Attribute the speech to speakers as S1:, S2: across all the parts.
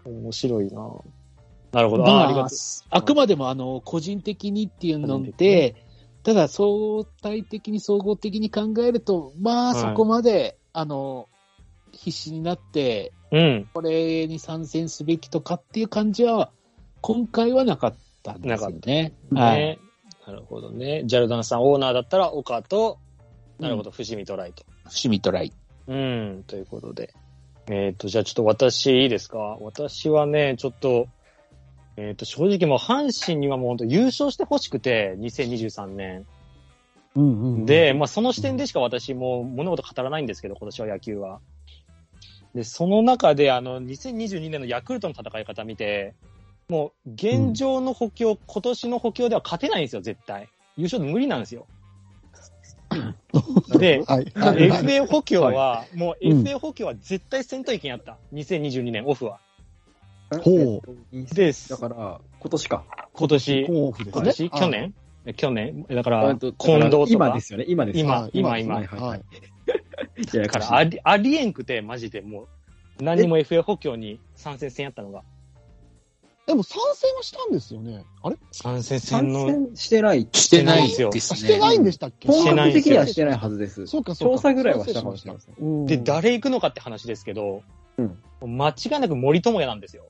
S1: 面白いな。なるほど。
S2: まあ、
S1: ありがとう。
S2: あくまでも個人的にっていうので、ただ相対的に総合的に考えると、まあ、そこまで、必死になって、これに参戦すべきとかっていう感じは、今回はなかったんですよね。
S1: はい。なるほどね。ジャルダンさん、オーナーだったら、岡と、なるほど、伏見トライと。
S2: 伏見トライ。
S1: ということで。じゃあちょっと私、いいですか？私はね、ちょっと、正直もう阪神にはもう本当優勝してほしくて、2023年。で、まあその視点でしか私も物事語らないんですけど、今年は野球は。で、その中で2022年のヤクルトの戦い方見て、もう現状の補強、今年の補強では勝てないんですよ、絶対。優勝無理なんですよ。で、FA 補強は、もう FA 補強は絶対せんといけんやった。2022年オフは。
S3: ほ
S1: う。です。
S3: だから、今年か。
S1: 今年去年だから、近藤とか。
S3: 今ですよね、今です。
S1: 今。
S3: はい。
S1: だからありえんくて、マジでもう、何にも FA 補強に参戦せんやったのが。
S4: でも参戦はしたんですよね。あれ
S1: 参戦
S3: してない。
S1: してないんですよ。
S4: してないんでしたっけ？
S3: 本格的にはしてないはずです。
S4: そうか。
S3: 調査ぐらいはしたかもしれません。
S1: で、誰行くのかって話ですけど、間違いなく森友哉なんですよ。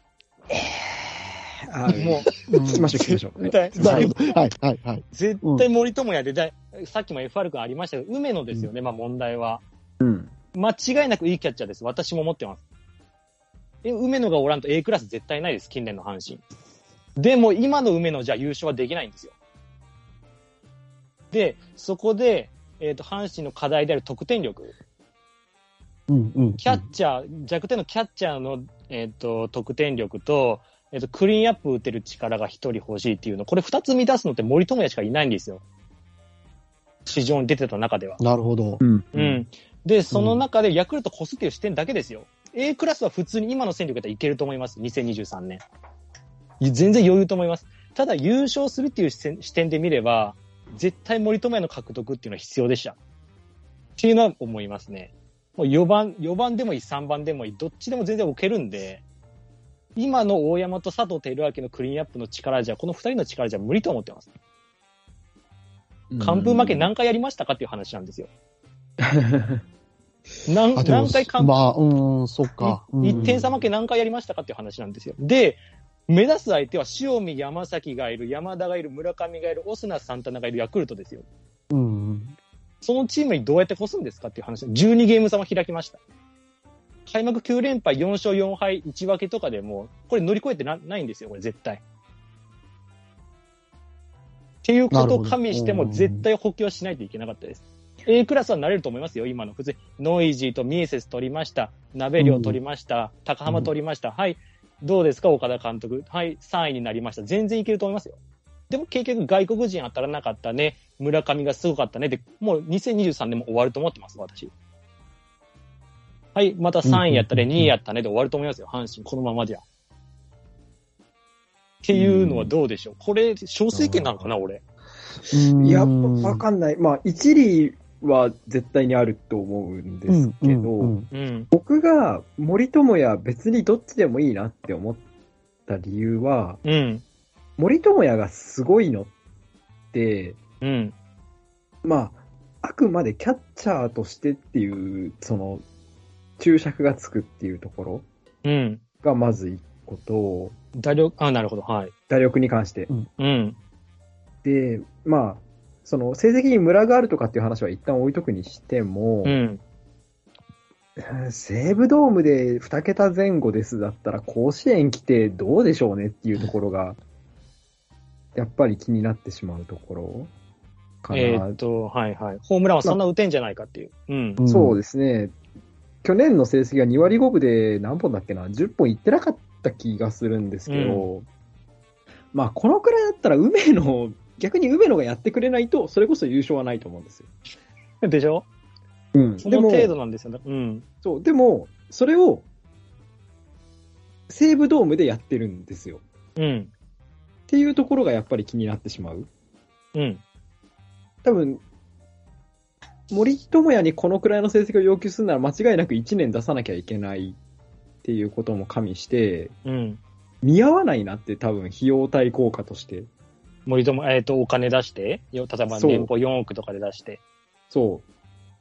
S3: もう、聞きましょう。
S1: 絶対。
S4: はい。
S1: 絶対森友哉で、さっきも FR 君ありましたけど、梅野ですよね、まあ問題は。間違いなくいいキャッチャーです。私も思ってます。梅野がおらんと A クラス絶対ないです、近年の阪神。でも今の梅野じゃ優勝はできないんですよ。で、そこで、阪神の課題である得点力。キャッチャー、弱点のキャッチャーの、得点力と、クリーンアップ打てる力が一人欲しいっていうの、これ二つ満たすのって森友哉しかいないんですよ。市場に出てた中では。
S4: なるほど。
S1: で、その中でヤクルト越すっていう視点だけですよ。A クラスは普通に今の戦力だったらいけると思います。2023年。全然余裕と思います。ただ優勝するっていう視点で見れば、絶対森友哉の獲得っていうのは必要でした。っていうのは思いますね。もう4番でもいい、3番でもいい、どっちでも全然置けるんで、今の大山と佐藤輝明のクリーンアップの力じゃ、この2人の力じゃ無理と思ってます。完封負け何回やりましたかっていう話なんですよ。何回完封、
S4: そっか。
S1: 1点差負け何回やりましたかっていう話なんですよ。で、目指す相手は塩見、山崎がいる、山田がいる、村上がいる、オスナ、サンタナがいるヤクルトですよ。そのチームにどうやって越すんですかっていう話。12ゲーム差も開きました。開幕9連敗、4勝4敗、1分けとかでも、これ乗り越えてないんですよ、これ絶対。っていうことを加味しても絶対補強しないといけなかったです。A クラスはなれると思いますよ、今の。普通にノイジーとミエセス取りました。鍋量取りました。高浜取りました。はい。どうですか、岡田監督。はい。3位になりました。全然いけると思いますよ。でも結局外国人当たらなかったね。村上がすごかったね。で、もう2023年も終わると思ってます、私。はい。また3位やったね、2位やったねで終わると思いますよ、阪神。このままじゃ。っていうのはどうでしょう。これ、小政権なのかな、俺。
S3: いや、わかんない。まあ、一理は絶対にあると思うんですけど、僕が森友哉別にどっちでもいいなって思った理由は、森友哉がすごいのって、まあ、あくまでキャッチャーとしてっていう、その、注釈がつくっていうところがまず一個と、
S1: なるほど、はい。
S3: 打力に関して。で、まあ、その、成績にムラがあるとかっていう話は一旦置いとくにしても、西武ドームで2桁前後ですだったら甲子園来てどうでしょうねっていうところが、やっぱり気になってしまうところかな。
S1: はいはい。ホームランはそんな打てんじゃないかっていう。
S3: そうですね。去年の成績が2割5分で何本だっけな ?10 本いってなかった気がするんですけど、まあこのくらいだったら逆に梅野がやってくれないと、それこそ優勝はないと思うんですよ。
S1: でしょ？その程度なんですよね。
S3: そう、でも、それを、西武ドームでやってるんですよ。っていうところがやっぱり気になってしまう。多分、森友哉にこのくらいの成績を要求するなら間違いなく1年出さなきゃいけないっていうことも加味して、
S1: うん。
S3: 見合わないなって多分費用対効果として。
S1: 森友、お金出して、例えば年俸4億とかで出して。
S3: そう。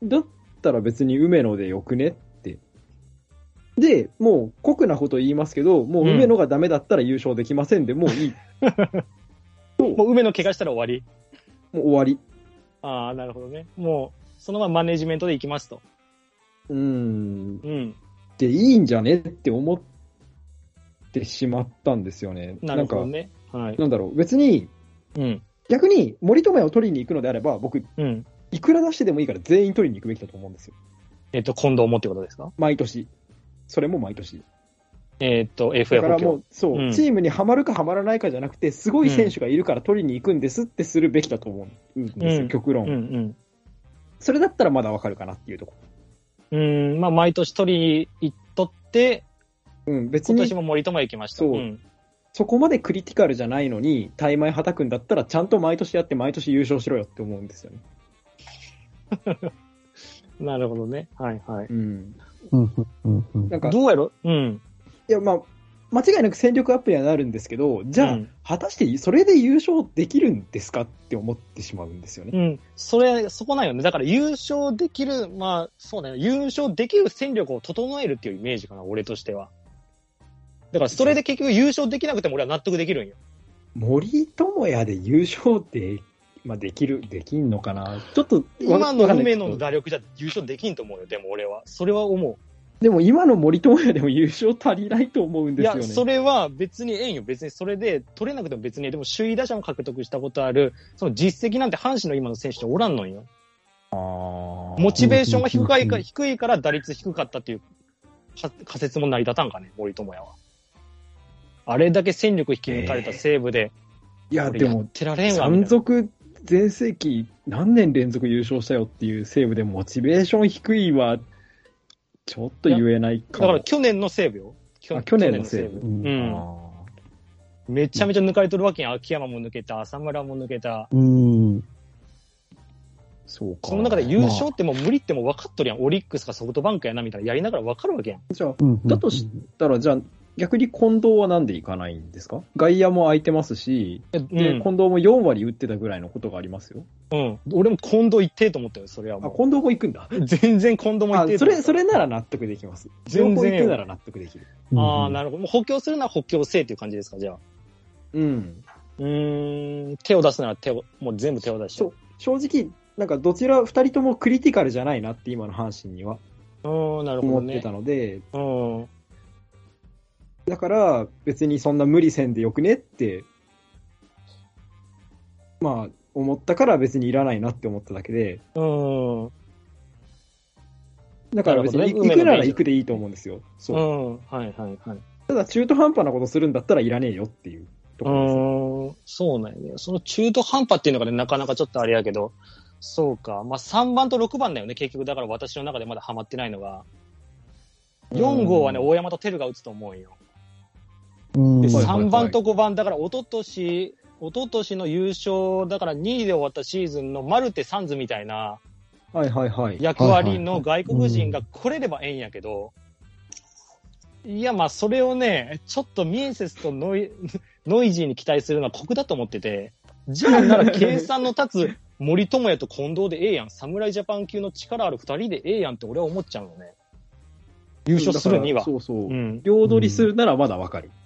S3: だったら別に梅野でよくねって。で、もう酷なこと言いますけど、もう梅野がダメだったら優勝できませんで、もういい。
S1: もう梅野怪我したら終わり？
S3: もう終わり。
S1: ああ、なるほどね。もう、そのままマネジメントで行きますと。
S3: うん。で、いいんじゃねって思ってしまったんですよね。
S1: なるほどね。はい。
S3: なんだろう、別に、逆に森友哉を取りに行くのであれば、僕、いくら出してでもいいから全員取りに行くべきだと思うんですよ。
S1: 近藤もってことですか？
S3: 毎年。それも毎年。
S1: FA
S3: だからもう、そう、チームにはまるかはまらないかじゃなくて、すごい選手がいるから取りに行くんですってするべきだと思うんですよ、極論。それだったらまだわかるかなっていうところ。
S1: まあ、毎年取りに行っとって、
S3: 別に。
S1: 今年も森友哉行きました。
S3: そう。そこまでクリティカルじゃないのに、大枚はたくんだったら、ちゃんと毎年やって毎年優勝しろよって思うんですよね。
S1: なるほどね。はいはい。
S3: なんか、
S1: どうやろ？
S3: いや、まあ、間違いなく戦力アップにはなるんですけど、じゃあ、果たしてそれで優勝できるんですかって思ってしまうんですよね。
S1: そこなんよね。だから優勝できる、まあ、そうね、優勝できる戦力を整えるっていうイメージかな、俺としては。だからそれで結局優勝できなくても俺は納得できるんよ。
S3: 森友哉で優勝できんのかな。ちょっと、
S1: 今の梅野の打力じゃ優勝できんと思うよ、でも俺は。それは思う。
S3: でも今の森友哉でも優勝足りないと思うんですよね。
S1: いや、それは別にええんよ。別にそれで取れなくても別に、でも首位打者も獲得したことある、その実績なんて阪神の今の選手っておらんのんよ。モチベーションが低いから打率低かったっていう仮説も成り立たんかね、森友哉は。あれだけ戦力引き抜かれた西武で。
S3: いや、でも、山賊全盛期何年連続優勝したよっていう西武でモチベーション低いは、ちょっと言えないかも。
S1: だから去年の西武よ。
S3: 去年の西武。
S1: めちゃめちゃ抜かれとるわけやん。秋山も抜けた、浅村も抜けた。
S3: そうか。
S1: その中で優勝ってもう無理っても分かっとるやん。オリックスかソフトバンクやなみたいなやりながら分かるわけやん。
S3: じゃあ、だとしたら、じゃあ、逆に近藤はなんでいかないんですか？外野も空いてますし、で近藤も4割打ってたぐらいのことがありますよ。
S1: 俺も近藤行ってと思ったよ、それはもう。
S3: 近藤も行くんだ。
S1: 全然近藤も行って
S3: それなら納得できます。全然行くなら納得できる。
S1: なるほど。もう補強するなら補強せえっていう感じですか、じゃあ。手を出すならもう全部手を出して。
S3: そう。正直、なんかどちら二人ともクリティカルじゃないなって今の阪神には。
S1: なるほどね。
S3: 思ってたので、だから別にそんな無理せんでよくねって、まあ思ったから別にいらないなって思っただけで、だから別に行くなら行くでいいと思うんですよ。そう。ただ中途半端なことするんだったらいらねえよっていうところです。
S1: そうなんよね。その中途半端っていうのがね、なかなかちょっとあれやけど、そうか。まあ3番と6番だよね、結局。だから私の中でまだハマってないのが。4号はね、大山とテルが打つと思うんよ。で、3番と5番、だから一昨年の優勝、だから2位で終わったシーズンのマルテ・サンズみたいな役割の外国人が来れればええんやけど、いや、まあそれをね、ちょっとミエセスとノイジーに期待するのは酷だと思ってて、じゃあなら計算の立つ森友哉と近藤でええやん。侍ジャパン級の力ある2人でええやんって俺は思っちゃうのね。優勝するには。
S3: そうそう。両取りするならまだわかる。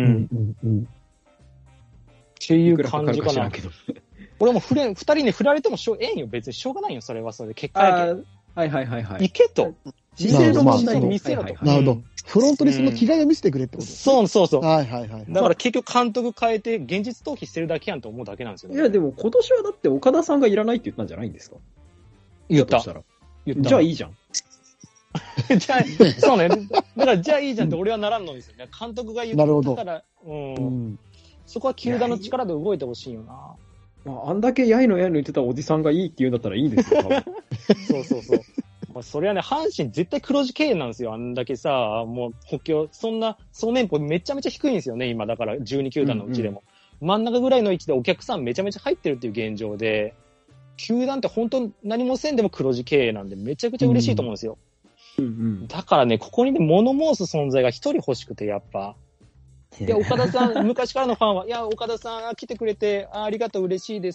S1: っていう感じかな。俺も2人に振られてもええんよ。別にしょうがないよ。それはそれで。結果やけ。行けと。
S3: 姿勢の問題
S1: 見せろと。
S4: なるほど。フロントにその気概を見せてくれってことです
S1: ね。そう。
S4: だ
S1: から結局監督変えて現実逃避してるだけやんと思うだけなんですよね。
S3: いや、でも今年はだって岡田さんがいらないって言ったんじゃないんですか？
S1: 言った。
S3: じゃあいいじゃん。
S1: じゃあ、そうね。だからじゃあいいじゃんって俺はならんのですよね。監督が言ったから、そこは球団の力で動いてほしいよな。
S3: あんだけやいの言ってたおじさんがいいって言うんだったらいいんですよ、多分。
S1: そう。まあ、それはね、阪神絶対黒字経営なんですよ。あんだけさ、もう補強、その年俸めちゃめちゃ低いんですよね、今。だから12球団のうちでも。真ん中ぐらいの位置でお客さんめちゃめちゃ入ってるっていう現状で、球団って本当に何もせんでも黒字経営なんでめちゃくちゃ嬉しいと思うんですよ。
S3: うんうん。
S1: だからね、ここにね、物申す存在が一人欲しくて、やっぱ。いや、岡田さん、昔からのファンは、いや、岡田さん来てくれて、ありがとう、嬉しいです。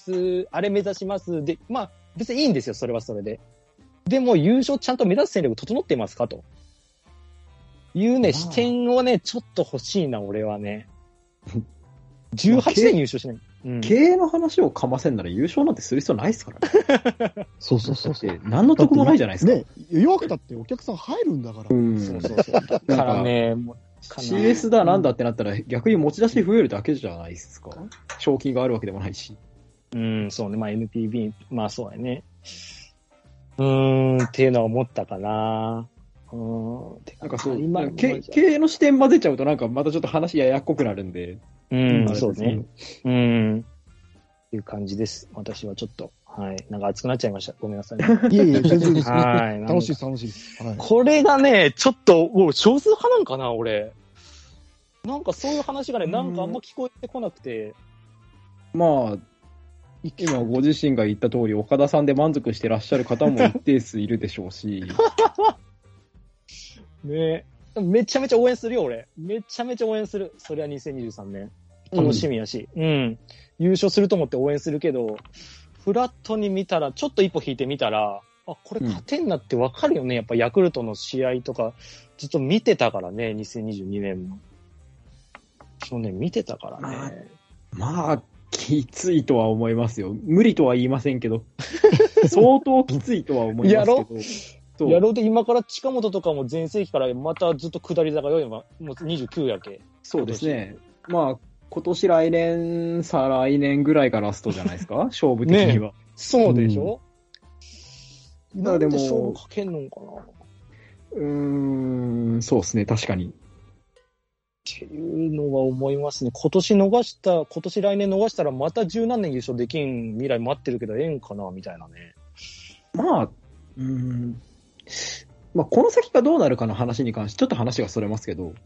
S1: あれ目指します。で、まあ、別にいいんですよ、それはそれで。でも、優勝ちゃんと目指す戦力整っていますかと。いうね、視点をね、ちょっと欲しいな、俺はね。18年優勝しない。
S3: 経営の話をかませんなら優勝なんてする必要ないですからね。
S4: そうそうそうそう。
S3: 何の得もないじゃないですか。
S4: ね、弱くたってお客さん入るんだから。
S1: そうそうそう。だからね、もう
S3: CS だなんだってなったら逆に持ち出し増えるだけじゃないですか。賞金があるわけでもないし。
S1: そうね。まあ NPB、まあそうやね。っていうのは思ったかな。
S3: なんかそう、経営の視点混ぜちゃうとなんかまたちょっと話ややっこくなるんで。
S1: そうね。っていう感じです。私はちょっと、はい。なんか熱くなっちゃいました。ごめんなさい、ね。
S4: いえいえ、全然です。
S1: はい。
S4: 楽しいです、楽しいです。はい、
S1: これがね、ちょっと、もう少数派なんかな、俺。なんかそういう話がね、なんかあんま聞こえてこなくて。
S3: まあ、今ご自身が言った通り、岡田さんで満足してらっしゃる方も一定数いるでしょうし。
S1: ねめちゃめちゃ応援するよ、俺。めちゃめちゃ応援する。それは2023年。楽しみやし。優勝すると思って応援するけど、フラットに見たら、ちょっと一歩引いてみたら、あ、これ勝てんなってわかるよね。やっぱヤクルトの試合とか、ずっと見てたからね、2022年も。去年見てたからね。
S3: まあ、きついとは思いますよ。無理とは言いませんけど。相当きついとは思いますけど。
S1: やろうで今から近本とかも前世紀からまたずっと下り坂よりもう29やけ。
S3: そうですね。まあ、今年来年、再来年ぐらいがラストじゃないですか勝負的には。
S1: ね、そうでしょ、なんで勝負かけんのか
S3: な。そうですね、確かに。
S1: っていうのは思いますね。今年来年逃したらまた十何年優勝できん未来待ってるけどええんかなみたいなね。
S3: まあ、まあ、この先がどうなるかの話に関して、ちょっと話がそれますけど。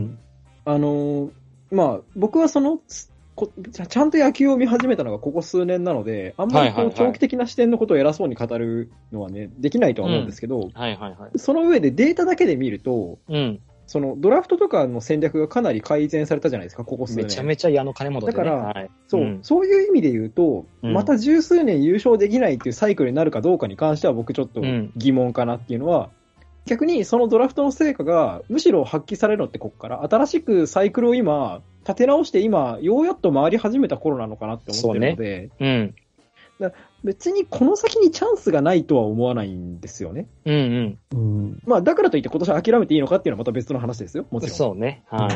S3: まあ、僕はちゃんと野球を見始めたのがここ数年なので、あんまり長期的な視点のことを偉そうに語るのはね、できないとは思うんですけど、その上でデータだけで見ると、そのドラフトとかの戦略がかなり改善されたじゃないですか、ここ数年。
S1: めちゃめちゃ矢野金本で、ね。
S3: だから、そういう意味で言うと、また十数年優勝できないっていうサイクルになるかどうかに関しては僕ちょっと疑問かなっていうのは、逆にそのドラフトの成果がむしろ発揮されるのってここから新しくサイクルを今立て直して今ようやっと回り始めた頃なのかなって思ってるので、だ別にこの先にチャンスがないとは思わないんですよね。まあだからといって今年諦めていいのかっていうのはまた別の話ですよ。もちろん。
S1: そうね。はい。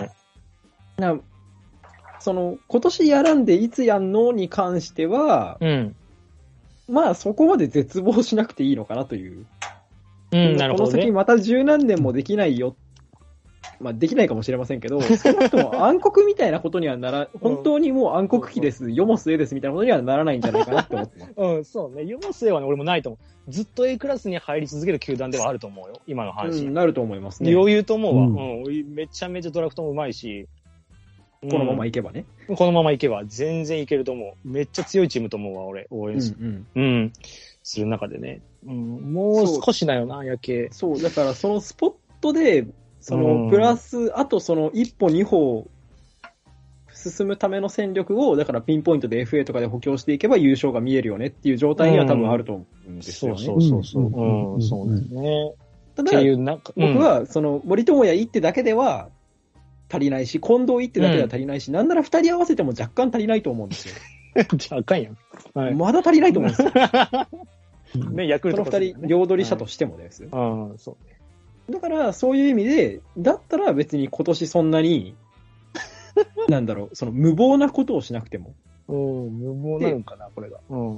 S3: 今年やらんでいつやんのに関しては、まあそこまで絶望しなくていいのかなという。なるほどね、この先また十何年もできないよ。まあできないかもしれませんけど、少なくとも暗黒みたいなことには本当にもう暗黒期です、世も末ですみたいなことにはならないんじゃないかなって思ってます。
S1: そうね。世も末はね、俺もないと思う。ずっと A クラスに入り続ける球団ではあると思うよ。今の阪神。
S3: なると思いますね。
S1: 余裕と思うわ。めちゃめちゃドラフトもうまいし。
S3: このままいけばね。
S1: このままいけば全然いけると思う。めっちゃ強いチームと思うわ、俺。応援する中でね。もう少しだよな、野球。
S3: そう、だからそのスポットで、プラス、あと一歩二歩進むための戦力を、だからピンポイントで FA とかで補強していけば優勝が見えるよねっていう状態には多分あると思うんですよね。
S1: そうですね。
S3: ただ、僕は、森友哉一手だけでは足りないし、近藤一手だけでは足りないし、なんなら二人合わせても若干足りないと思うんですよ。
S1: じゃああかんやん。
S3: まだ足りないと思うんですよ。
S1: ね、ヤクルト
S3: その二人、両取りしたとしてもですよ。
S1: そうね。
S3: だから、そういう意味で、だったら別に今年そんなに、なんだろう、無謀なことをしなくても。
S1: 無謀なのかな、これが。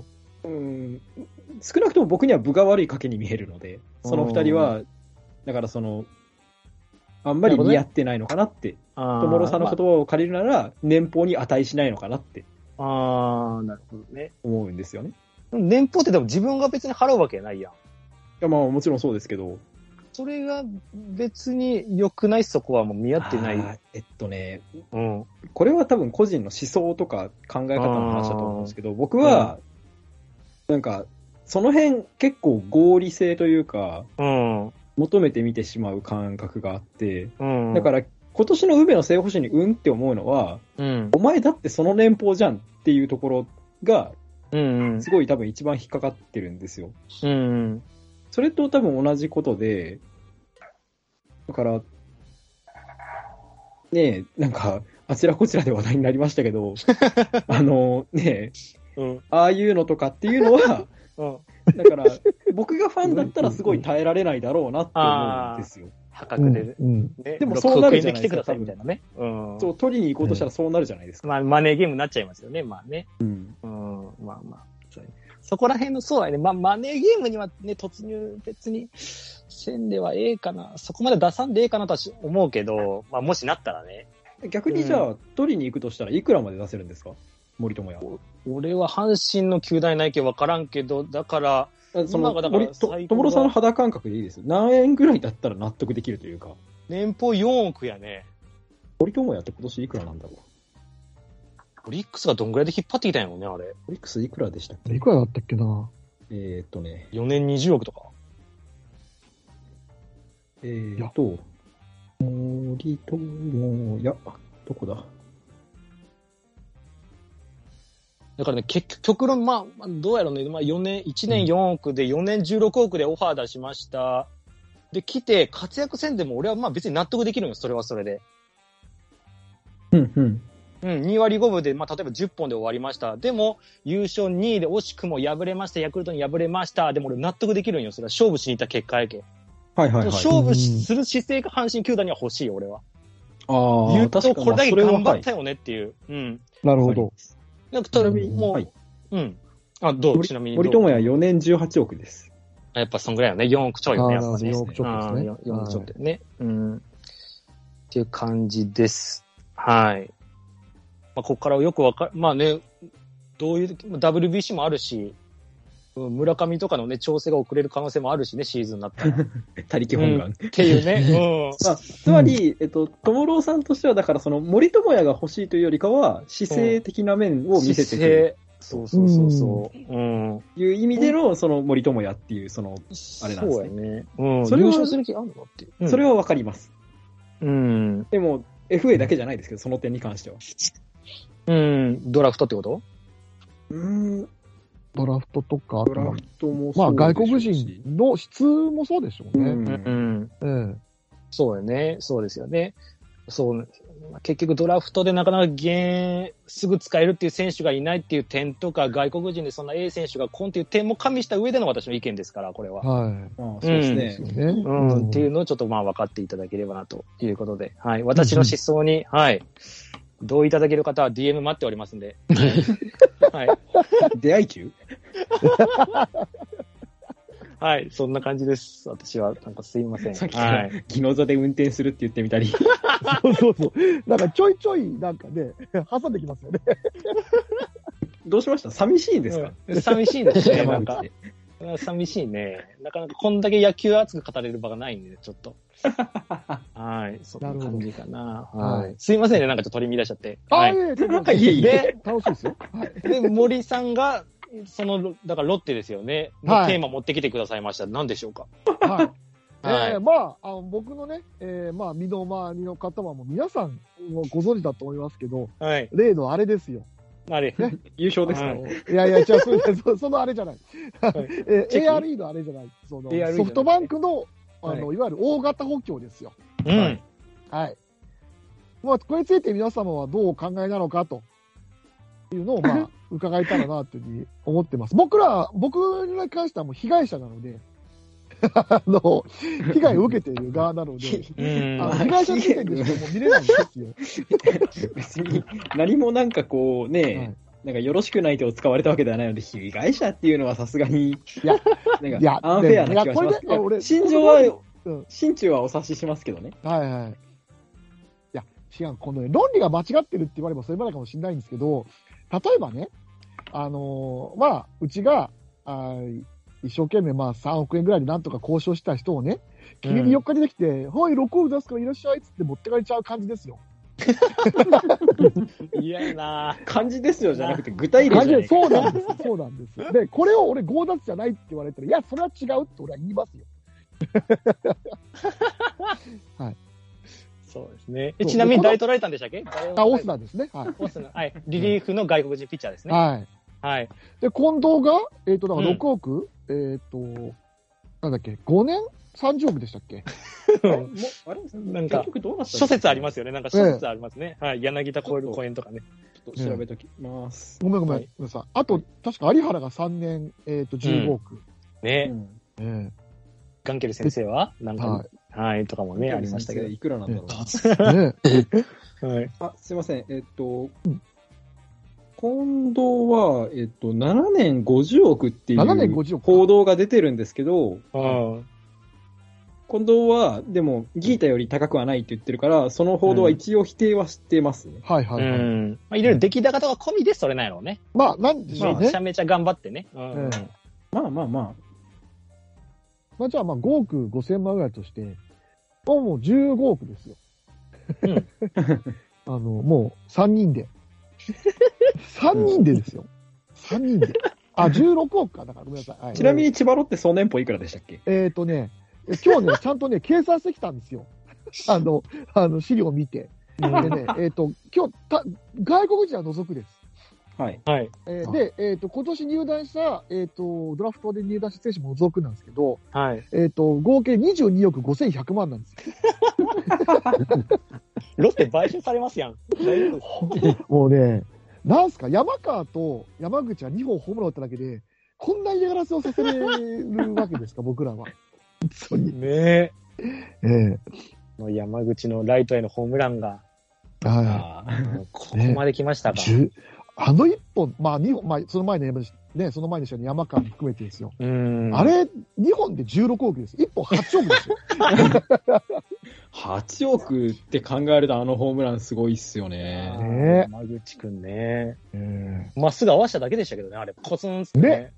S3: 少なくとも僕には分が悪い賭けに見えるので、その二人は、だからあんまり似合ってないのかなって、友野さんの言葉を借りるなら、年俸に値しないのかなって。
S1: なるほどね。
S3: 思うんですよね。
S1: 年俸ってでも自分が別に払うわけないやん。い
S3: や、まあもちろんそうですけど。
S1: それが別に良くない、そこはもう見合ってない。
S3: これは多分個人の思想とか考え方の話だと思うんですけど、僕は、なんか、その辺結構合理性というか、 求めてみてしまう感覚があって、だから今年の梅野正捕手にって思うのは、お前だってその年俸じゃんっていうところが、すごい多分一番引っかかってるんですよ。それと多分同じことで、だから、ねえ、なんか、あちらこちらで話題になりましたけど、ねえ、ああいうのとかっていうのは、だから、僕がファンだったらすごい耐えられないだろうなって思うんですよ。
S1: 破格で、
S3: でもそうなるじゃないですか。
S1: 来てくださいみたいなね。
S3: そう、取りに行こうとしたらそうなるじゃないですか。
S1: まあ、マネーゲームになっちゃいますよね、まあね。まあまあ。そこら辺の、そうだね。まあ、マネーゲームにはね、突入別にせんではええかな。そこまで出さんでええかなとは思うけど、まあ、もしなったらね。
S3: 逆にじゃあ、取りに行くとしたらいくらまで出せるんですか、森友哉。
S1: 俺は阪神の球団内径分からんけど、だから、
S3: その、友さんの肌感覚でいいですよ。何円ぐらいだったら納得できるというか。
S1: 年俸4億やね。
S3: 森友哉って今年いくらなんだろう。
S1: オリックスがどんぐらいで引っ張ってきたんやろうね、あれ。
S3: オリックスいくらでしたっけ？
S4: いくらだったっけな。
S1: 4年20億とか。
S3: 森友哉、どこだ？
S1: だからね、極論、まあ、どうやろうね、まあ、1年4億で、4年16億でオファー出しました。で、来て、活躍せんでも、俺はまあ別に納得できるんよ、それはそれで。2割5分で、まあ、例えば10本で終わりました。でも、優勝2位で惜しくも敗れました、ヤクルトに敗れました。でも俺納得できるんよ、それは勝負しに行った結果やけ。勝負する姿勢が阪神球団には欲しいよ、俺は。言うと、これだけ頑張ったよねっていう。
S4: なるほど。
S3: ちなみに、も
S1: う、どうちなみに。
S3: 森友哉4年18億です。
S1: やっぱそんぐらいよね。4億ちょいよね、やっぱね。
S4: 4億ちょいですね。
S1: 4億ちょいね。っていう感じです。はい。まあ、ここからよくまあね、どういう、WBC もあるし、村上とかのね、調整が遅れる可能性もあるしね、シーズンになったら。
S3: 他力本願。
S1: っていうね。
S3: まあ、つまり、友郎さんとしては、だからその森友哉が欲しいというよりかは、姿勢的な面を見せてくる。
S1: そう。
S3: いう意味での、その森友哉っていう、その、あれなんですね。
S1: そうやね。それは優勝する気あるのっていう。
S3: それはわかります。でも、FA だけじゃないですけど、その点に関しては。
S1: ドラフトってこと？
S4: ドラフトとか、
S3: ドラフトも
S4: まあ外国人の質もそうでしょうね。
S1: そうよね。そうですよね。そう、結局ドラフトでなかなかすぐ使えるっていう選手がいないっていう点とか、外国人でそんな A 選手が来んっていう点も加味した上での私の意見ですから、これは。
S3: そうですね。
S1: っていうのをちょっとまあ分かっていただければなということで、はい。私の思想に、同意いただける方は DM 待っておりますんで。はい。
S3: 出会い中
S1: はい、そんな感じです。私は、なんかすいません。
S3: さっきから、ギノザで運転するって言ってみたり。
S4: そう。なんかちょいちょい、なんかね、挟んできますよね。
S3: どうしました？寂しいんですか？
S1: 寂しいですね、なんか。寂しいね。なかなかこんだけ野球熱く語れる場がないんで、ちょっと。はい。そんな感じかな。はい。すいませんね、なんかちょっと取り乱しちゃって。
S4: はい。
S1: で、
S4: 楽しいですよ。
S1: で、森さんが、だからロッテですよね。テーマ持ってきてくださいました。何でしょうか？
S4: まあ、僕のね、まあ、身の回りの方はもう皆さんもご存知だと思いますけど、例のあれですよ。
S1: あれ、
S3: ね、優勝ですか？
S4: いや、違う、そのあれじゃない。ARE のあれじゃない。ソフトバンクの、いわゆる大型補強ですよ。はい。まあ、これについて皆様はどうお考えなのかというのを、まあ、伺えたらなというふうに思ってます。僕に関してはもう被害者なので、被害を受けている側なので、被害者視点でしかもう見れないんですよ。
S3: 別に、何もなんかこうね、なんかよろしくない手を使われたわけではないので、被害者っていうのはさすがに、なんかアンフェアな気がします。心中はお察ししますけどね。
S4: いや、違う、この論理が間違ってるって言わればそれまでかもしれないんですけど、例えばね、まあ、うちが、一生懸命まあ3億円ぐらいでなんとか交渉した人をね、君に4日出てきて、はい、6億出すからいらっしゃいっつって持ってかれちゃう感じですよ。
S1: 嫌やな
S3: 感じですよじゃなくて具体例じゃない。
S4: そうなんです。で、これを俺強奪じゃないって言われたら、いや、それは違うって俺は言いますよ。 はい。
S1: そうですね。ちなみに誰取られたんでしたっけ？
S4: オスナですね。はい。
S1: オスナ。はい。リリーフの外国人ピッチャーですね。
S4: はい。
S1: はい。
S4: で、近藤が、だから6億、なんだっけ、5年30億でしたっけ？
S1: あれなんか、諸説ありますよね。なんか諸説ありますね。はい。柳田公園とかね。
S3: ちょっと調べときます。
S4: ごめんごめんなさい。あと、確か有原が3年、15億。
S1: ね。ガンケル先生はなんか、はい、とかもね、ありましたけど。
S3: いくらなんだろうな。
S1: はい。
S3: あ、すいません。近藤は、7年50億っていう報道が出てるんですけど、近藤は、でも、ギータより高くはないって言ってるから、その報道は一応否定はしてますね。
S4: はいはいはい。
S1: まあ、いろいろ出来高とか込みでそれないのね。
S4: まあ、なんでしょうね。
S1: めちゃめちゃ頑張ってね。
S3: まあまあまあ。
S4: まあじゃあまあ5億5千万ぐらいとして、もう15億ですよ。もう3人で。3人でですよ。3人で。あ、16億か。だからごめんなさい。はい、
S3: ちなみに千葉ロッテ総年俸いくらでしたっけ？
S4: 今日ね、ちゃんとね、計算してきたんですよ。資料を見て。でね、今日、外国人は除くです。
S3: はい。
S1: はい。
S4: で、今年入団した、ドラフトで入団した選手も除くなんですけど、
S1: はい。
S4: 合計22億5100万なんですよ。
S1: ロッテ買収されますやん。
S4: もうね、なんすか、山川と山口は2本ホームラン打っただけで、こんな嫌がらせをさせれるわけですか、僕らは。本当に。
S1: ねえ。山口のライトへのホームランが。ここまで来ましたか。
S4: あの1本、まあ2本、まあその前にした山川も含めてですよ。あれ、2本で16億です。1本8億ですよ。
S3: 8億って考えるとあのホームランすごいっすよ
S1: ね。山口くんね。まっすぐ合わせただけでしたけどね、あれ。コツンってね。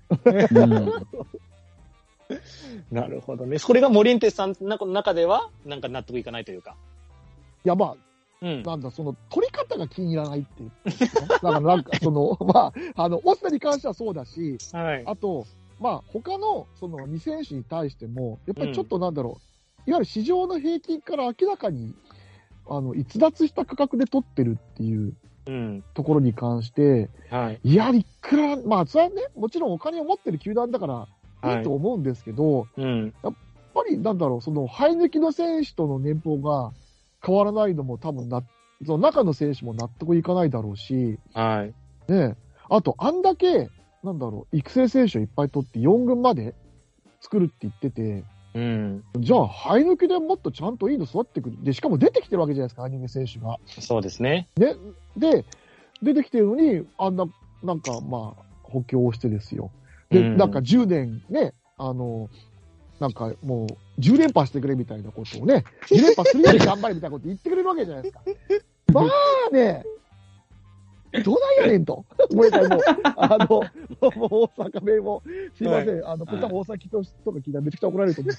S1: なるほどね。それがモリンテスさんの中では、なんか納得いかないというか。
S4: いや、まあ、なんだ、取り方が気に入らないっていう。だからなんか、まあ、オスナに関してはそうだし、
S1: はい。
S4: あと、まあ、他の、2選手に対しても、やっぱりちょっとなんだろう、いわゆる市場の平均から明らかに、逸脱した価格で取ってるっていうところに関して、いや、いくら、まあ、それはね、もちろんお金を持ってる球団だから、いいと思うんですけど、やっぱりなんだろう、生え抜きの選手との年俸が変わらないのも多分その中の選手も納得いかないだろうし、ね、あと、あんだけ、なんだろう、育成選手をいっぱい取って4軍まで作るって言ってて、じゃあ、生え抜きでもっとちゃんといいの育ってくる。で、しかも出てきてるわけじゃないですか、生え抜き選手が。
S1: そうですね。
S4: で、出てきてるのに、なんか、まあ、補強をしてですよ。で、なんか10年ね、なんかもう、10連覇してくれみたいなことをね、2連覇するように頑張れみたいなこと言ってくれるわけじゃないですか。まあね、どないやねんと。ごめんなさい、もう大阪弁も、すいません、こっちは大阪とか聞いたらめちゃくちゃ怒られると思うん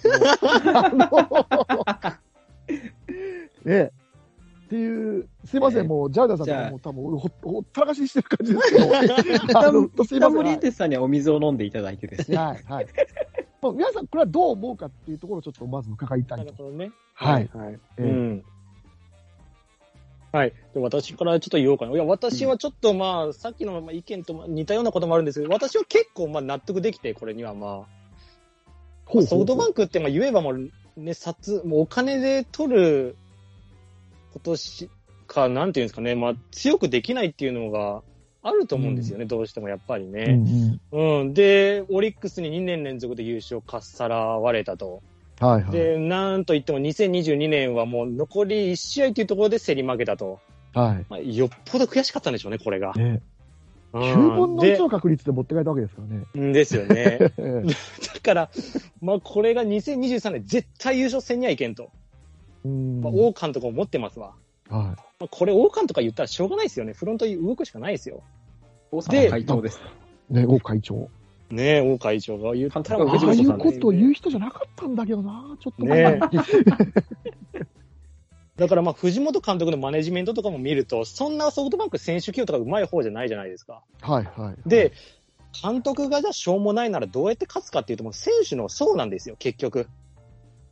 S4: ですけど、ね、っていう、すいません、もう、ジャーダさんがもう多分、ほったらかしにしてる感じですけど、
S3: 一旦モリンテスさんにはお水を飲んでいただいてですね。
S4: はい、はい。皆さん、これはどう思うかっていうところをちょっとまず伺いたいと。
S1: なるほどね。
S4: はい。
S1: はい。で、私からちょっと言おうかな。いや、私はちょっとまあ、さっきの意見と似たようなこともあるんですけど、私は結構まあ納得できて、これにはまあ。ソフトバンクってまあ言えばもうね、もうお金で取ることか、なんていうんですかね、まあ強くできないっていうのがあると思うんですよね、どうしてもやっぱりね。で、オリックスに2年連続で優勝かっさらわれたと。で、なんといっても2022年はもう残り1試合というところで競り負けたと。まあ、よっぽど悔しかったんでしょうね、これが。
S4: 9分の1の確率で持って帰ったわけですからね。
S1: ですよね。だから、まあこれが2023年絶対優勝せんにはいけんと。まあ、王監督も持ってますわ。まあ、これ王監督が言ったらしょうがないですよね。フロント動くしかないですよ。
S3: 王会長です。
S4: ね、王会長。
S1: ねえ、王会長が言ったら、
S4: ああいうことを言う人じゃなかったんだけどな、ちょっと
S1: ね。だからまあ、藤本監督のマネジメントとかも見ると、そんなソフトバンク選手起用とか上手い方じゃないじゃないですか。で、監督がじゃあしょうもないならどうやって勝つかっていうと、もう選手の層なんですよ、結局。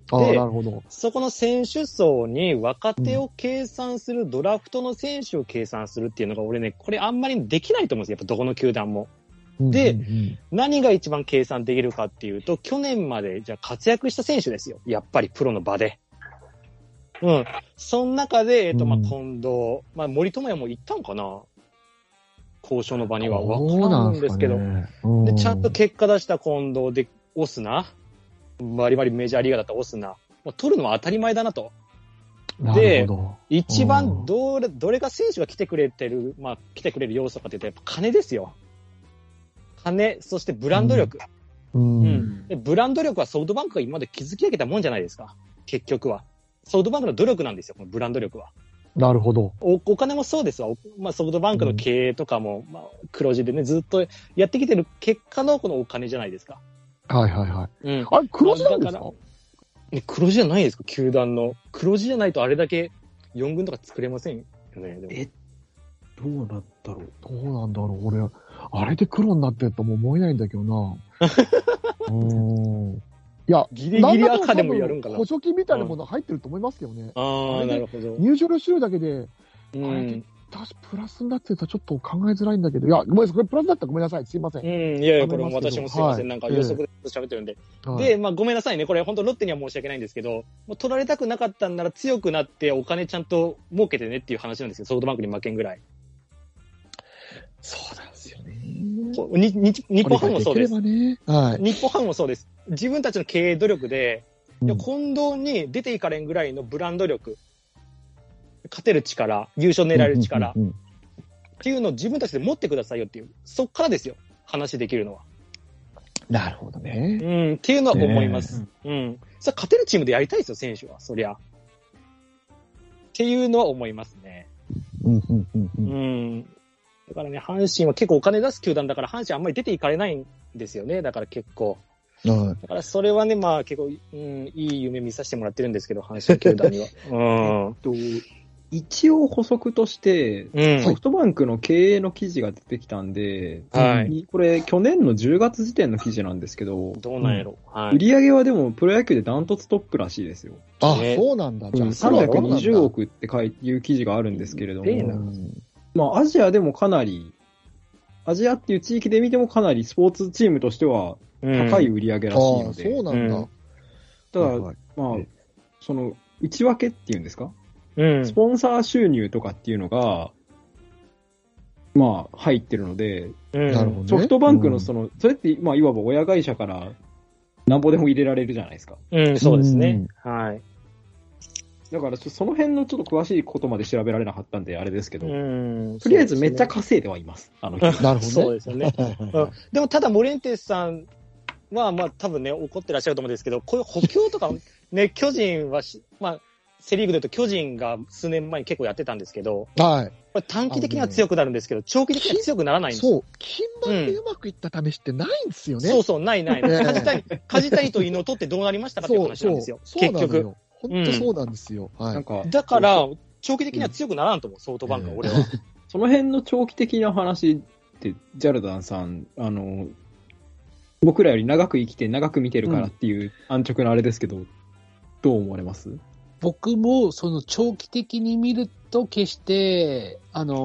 S1: で、
S4: なるほど。
S1: そこの選手層に若手を計算する、ドラフトの選手を計算するっていうのが俺ね、これあんまりできないと思うんですよ。やっぱどこの球団も。で、何が一番計算できるかっていうと、去年までじゃあ活躍した選手ですよ。やっぱりプロの場で。うん。その中で、近藤、森友哉も行ったんかな、交渉の場には。わからんですけど。で、ちゃんと結果出した近藤で、オスナ、バリバリメジャーリーガーだったオスナ、取るのは当たり前だなと。で、一番どれが選手が来てくれる要素かというと、やっぱ金ですよ。金、そしてブランド力。でブランド力はソフトバンクが今まで築き上げたもんじゃないですか。結局は。ソフトバンクの努力なんですよ、このブランド力は。
S4: なるほど。
S1: お金もそうですわ。ソフトバンクの経営とかも、黒字でね、ずっとやってきてる結果のこのお金じゃないですか。
S4: はいはいはい。あれ、黒字なんですか？
S1: 黒字じゃないですか、球団の。黒字じゃないとあれだけ4軍とか作れませんよね。
S3: どうなんだろう。
S4: どうなんだろう。俺、あれで黒になってるとも思えないんだけどな。いや、
S1: ギリギリ赤でもやるんかな。
S4: 補助金みたいなもの入ってると思いますけどね。
S1: なるほど。
S4: 入場料収入だけで、私プラスになってたらちょっと考えづらいんだけど、いや、ごめんなさい、これプラスだったらごめんなさい、すいません。
S1: いやいや、これも私もすいません、なんか予測で喋ってるんで。で、ごめんなさいね、これ本当ロッテには申し訳ないんですけど、もう取られたくなかったんなら強くなってお金ちゃんと儲けてねっていう話なんですよ、ソフトバンクに負けんぐらい。
S4: そうなんですよね。
S1: 日本ハムもそうです。
S4: 日
S1: 本ハムもそうです。自分たちの経営努力で、近藤に出ていかれんぐらいのブランド力、勝てる力、優勝狙える力、っていうのを自分たちで持ってくださいよっていう、そっからですよ、話できるのは。
S4: なるほどね。
S1: っていうのは思います。それ勝てるチームでやりたいですよ、選手は、そりゃ。っていうのは思いますね。だからね、阪神は結構お金出す球団だから、阪神あんまり出ていかれないんですよね。だから結構。だからそれはね、結構、いい夢見させてもらってるんですけど、阪神球団には。
S3: 一応補足として、ソフトバンクの経営の記事が出てきたんで、これ去年の10月時点の記事なんですけど、
S1: どうなんやろ。
S3: 売り上げはでもプロ野球でダントツトップらしいですよ。
S4: そうなんだ。じゃあ
S3: 320億っていう記事があるんですけれども、アジアでもかなり、アジアっていう地域で見てもかなりスポーツチームとしては高い売り上げらしいので。
S4: そうなんだ。
S3: ただ、その内訳っていうんですか、スポンサー収入とかっていうのが、入ってるので、ソフトバンクのそれって、いわば親会社からなんぼでも入れられるじゃないですか。
S1: そうですね。はい。
S3: だから、その辺のちょっと詳しいことまで調べられなかったんで、あれですけど、とりあえずめっちゃ稼いではいます。
S1: なるほどね。そうですよね。でも、ただ、モレンテスさんは、多分ね、怒ってらっしゃると思うんですけど、こういう補強とか、ね、巨人はセリーグで言うと巨人が数年前に結構やってたんですけど、これ短期的には強くなるんですけど、長期的には強くならないんですよ。
S4: そう。金盤でうまくいった試しってないんですよね。
S1: そう、ない。梶谷と伊野を取ってどうなりましたかっていう話なんですよ。結局。
S4: 本当そうなんですよ。
S1: だから、長期的には強くならんと思う、ソフトバンクは、俺は。
S3: その辺の長期的な話って、ジャルダンさん、僕らより長く生きて長く見てるからっていう安直なあれですけど、どう思われます？
S2: 僕も、その長期的に見ると決して、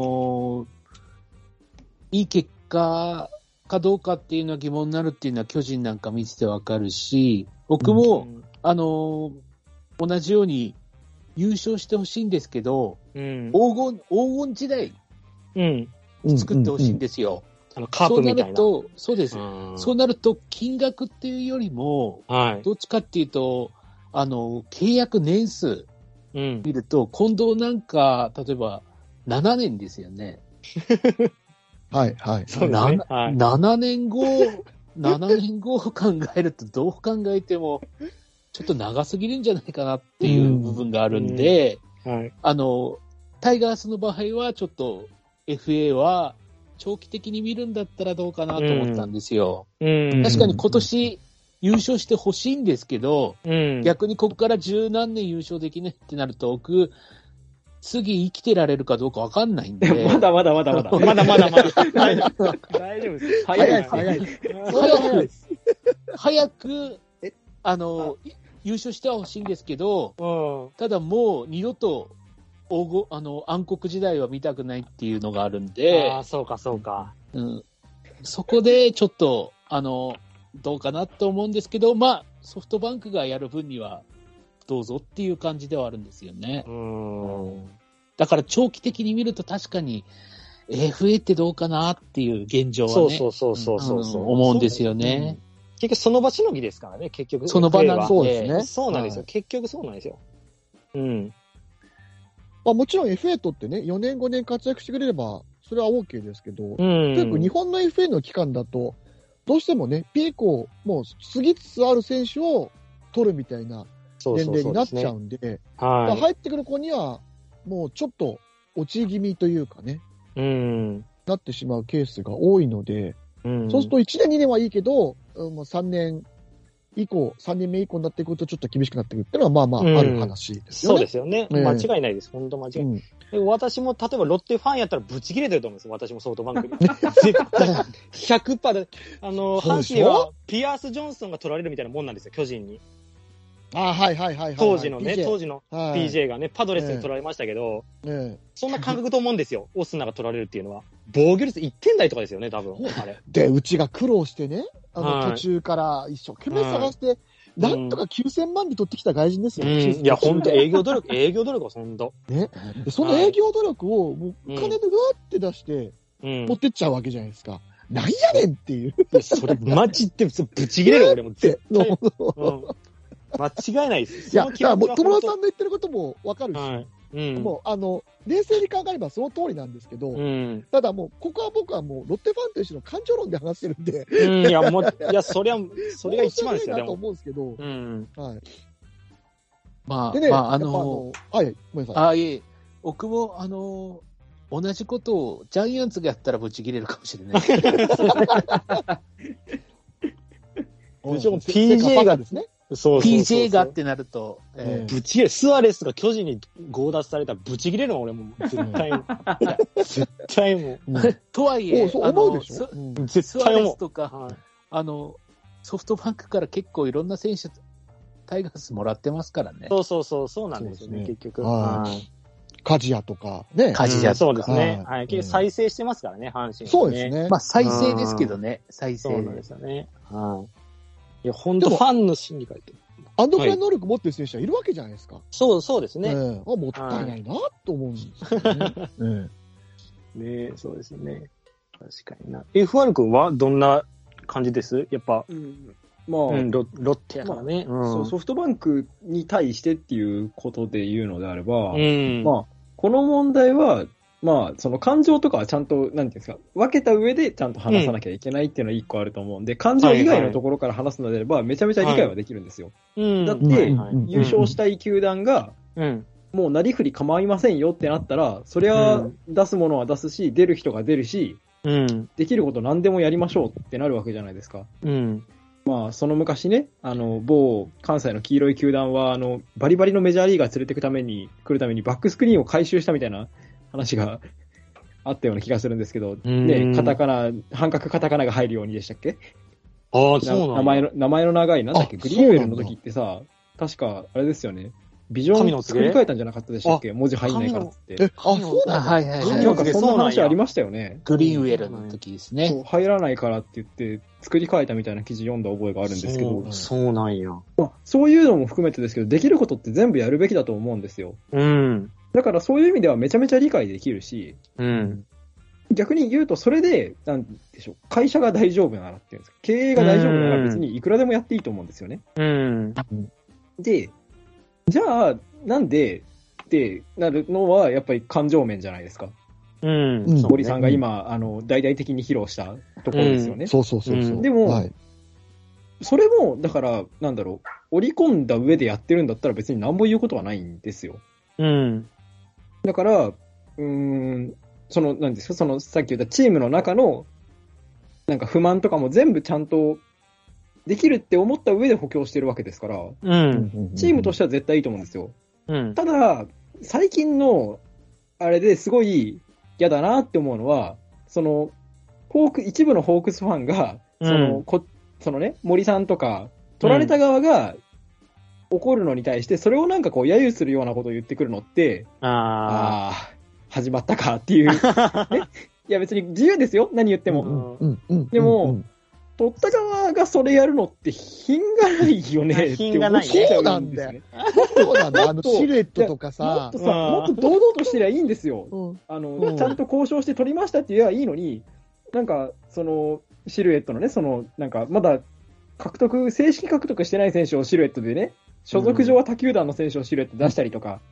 S2: いい結果かどうかっていうのは疑問になるっていうのは巨人なんか見ててわかるし、僕も、同じように優勝してほしいんですけど、黄金時代、作ってほしいんですよ。
S1: カープみたいな。
S2: そうです。そうなると、金額っていうよりも、どっちかっていうと、契約年数見ると、近藤なんか、例えば7年ですよね。
S4: はい。
S1: そうですね。
S2: 7年後を考えると、どう考えても、ちょっと長すぎるんじゃないかなっていう部分があるんで、タイガースの場合は、ちょっと FA は長期的に見るんだったらどうかなと思ったんですよ。確かに今年優勝してほしいんですけど、逆にここから十何年優勝できないってなると、僕、次生きてられるかどうかわかんないんで。
S3: まだ。大丈夫です。
S2: 早く、 優勝してはほしいんですけど、
S1: うん。
S2: ただもう二度と暗黒時代は見たくないっていうのがあるんで、
S1: ああ、そうか、そうか。
S2: うん。そこでちょっと、どうかなと思うんですけど、まあ、ソフトバンクがやる分には、どうぞっていう感じではあるんですよね。だから長期的に見ると確かに FA ってどうかなっていう現状はね。
S1: そう
S2: 思うんですよね。
S1: 結局その場しのぎですからね、結局。
S2: その場なんで。
S4: そうですね。
S1: そうなんですよ。結局そうなんですよ。うん。
S4: まあもちろん FA 取ってね、4年5年活躍してくれれば、それは OK ですけど、結構日本の FA の期間だと、どうしてもね、ピークをもう過ぎつつある選手を取るみたいな年齢になっちゃうんで、入ってくる子には、もうちょっと落ち気味というかね、なってしまうケースが多いので、そうすると1年2年はいいけど、3年目以降になってくるとちょっと厳しくなってくるっていうのはまあまあある話ですよね。
S1: そうですよね。間違いないです。本当間違いない。私も例えばロッテファンやったらブチ切れてると思うんですよ。私もソフトバンクに。絶対 100% で、阪神はピアース・ジョンソンが取られるみたいなもんなんですよ、巨人に。当時の PJ がね、パドレスに取られましたけど、そんな感覚と思うんですよ。オスナが取られるっていうのは。防御率1点台とかですよね、多分。あれ。
S4: で、うちが苦労してね、途中から一生懸命探して、なんとか9000万で取ってきた外人ですよ。
S1: いや、ほんと営業努力はほんと。
S4: ね。その営業努力を、もうお金でうわって出して、持ってっちゃうわけじゃないですか。なんやねんっていう。
S1: それ、マジでぶち切れる俺も絶対。間違いないです。
S4: いや、友田さんの言ってることもわかるし、もう、冷静に考えればその通りなんですけど、ただもう、ここは僕はもう、ロッテファンとしての感情論で話してるんで。
S1: いや、もう、いや、それが一番ですよ、
S4: でも。と思うんですけど、はい。
S2: まあ、
S4: でね、はい、ごめんなさい。
S2: いえ、僕も、同じことをジャイアンツがやったらブチ切れるかもしれない。
S1: PJ がですね。
S2: PJ がってなると、
S1: ブチ切れ、スアレスが巨人に強奪されたらブチ切れるの俺も絶対に。絶対もう。
S2: とはいえ、
S4: 思うでしょ
S2: スアレスとか、ソフトバンクから結構いろんな選手、タイガースもらってますからね。
S1: そうなんですよね、結局。
S4: カジヤとか、ね。
S1: カジヤそうですね。はい。結局再生してますからね、阪神。
S4: そうですね。
S2: まあ再生ですけどね、再生。
S1: そうなんですよね。いや、本当ファンの心理がいて。
S4: あのぐらい能力持ってる選手はいるわけじゃないですか。
S1: そうですね。
S4: もったいないなと思うんですよね。
S1: ねそうですね。確かにな。FR 君はどんな感じですやっぱ、
S3: まあ、
S1: ロッテやからね、
S3: ソフトバンクに対してっていうことで言うのであれば、まあ、この問題は、まあ、その感情とかはちゃんと、なんていうんですか、分けた上でちゃんと話さなきゃいけないっていうのは一個あると思うんで、感情以外のところから話すのであれば、めちゃめちゃ理解はできるんですよ。だって、優勝したい球団が、もうなりふり構いませんよってなったら、そりゃ、出すものは出すし、出る人が出るし、できること何でもやりましょうってなるわけじゃないですか。まあ、その昔ね、某関西の黄色い球団は、バリバリのメジャーリーガー連れて来るためにバックスクリーンを回収したみたいな話があったような気がするんですけど、ね、半角カタカナが入るようにでしたっけ？
S1: ああ、そうなんだ。
S3: 名前の長い、なんだっけ、グリーンウェルの時ってさ、確か、あれですよね。ビジョン作り変えたんじゃなかったでしたっけ？文字入んないからって。
S4: そうなんだ。
S2: はい。
S3: なんかそんな話ありましたよね。
S2: グリーンウェルの時ですね。
S3: そう、入らないからって言って、作り変えたみたいな記事読んだ覚えがあるんですけど。
S1: そうなんや。
S3: まあ、そういうのも含めてですけど、できることって全部やるべきだと思うんですよ。だからそういう意味ではめちゃめちゃ理解できるし、逆に言うと、それで、なんでしょう、会社が大丈夫ならっていうんですか、経営が大丈夫なら別にいくらでもやっていいと思うんですよね。で、じゃあ、なんでってなるのは、やっぱり感情面じゃないですか。森さんが今、大々的に披露したところですよね。
S4: そう。
S3: でも、それも、だから、なんだろう、織り込んだ上でやってるんだったら別に何も言うことはないんですよ。だから、なんですか、さっき言ったチームの中の、なんか不満とかも全部ちゃんとできるって思った上で補強してるわけですから、チームとしては絶対いいと思うんですよ。ただ、最近の、あれですごい嫌だなって思うのは、一部のホークスファンが、そのね、森さんとか、取られた側が、 怒るのに対して、それをなんかこう、揶揄するようなことを言ってくるのって、始まったかっていう。ね、いや別に自由ですよ、何言っても。でも、取った側がそれやるのって品がないよねって思っちゃうんですよね。
S4: そうなんだ。シルエットとかさ。
S3: もっと堂々としてりゃいいんですよ。ちゃんと交渉して取りましたって言えばいいのに、なんか、シルエットのね、なんか、まだ、正式獲得してない選手をシルエットでね、所属上は他球団の選手をシルエット出したりとか、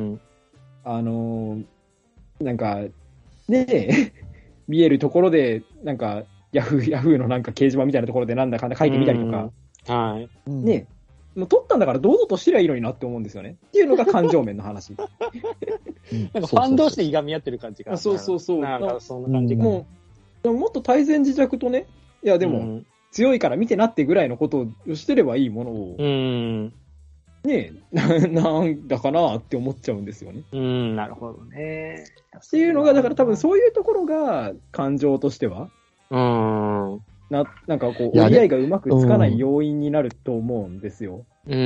S3: なんか、ね見えるところで、なんか、ヤフーのなんか掲示板みたいなところでなんだかんだ書いてみたりとか、ねもう取ったんだから堂々としてりゃいいのになって思うんですよね。っていうのが感情面の話。
S1: なんかファン同士でいがみ合ってる感じが。
S3: そう。
S1: なんかそんな感じが。
S3: もっと対戦自弱とね、いやでも、強いから見てなってぐらいのことをしてればいいものを、ねなんだかなって思っちゃうんですよね。
S1: なるほどね。
S3: っていうのが、だから多分そういうところが感情としては、なんかこう、折り合いがうまくつかない要因になると思うんですよ。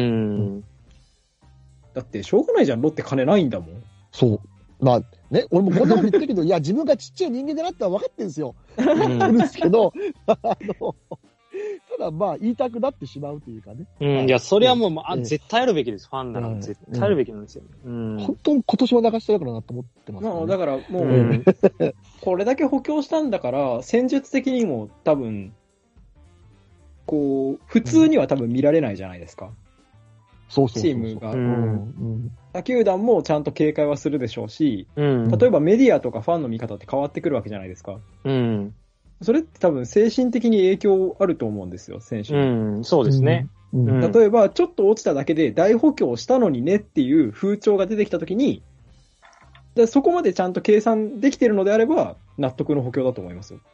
S3: だって、しょうがないじゃん、ロッテ金ないんだもん。
S4: そう。まあ、ね、俺もこんなこと言ってるけど、いや、自分がちっちゃい人間だなって分かってるんですよ。分かってるんですけど、ただまあ、言いたくなってしまうというかね。
S1: いや、それはもう、絶対あるべきです、ファンなら。絶対あるべきなんですよ。
S4: 本当に今年も流してるからなと思ってます、ね。
S3: だからもう、これだけ補強したんだから、戦術的にも多分、こう、普通には多分見られないじゃないですか。チームが。他球団もちゃんと警戒はするでしょうし、例えばメディアとかファンの見方って変わってくるわけじゃないですか。それって多分精神的に影響あると思うんですよ、選手に。
S1: そうですね。
S3: 例えば、ちょっと落ちただけで大補強したのにねっていう風潮が出てきたときに、そこまでちゃんと計算できてるのであれば、納得の補強だと思いますよ。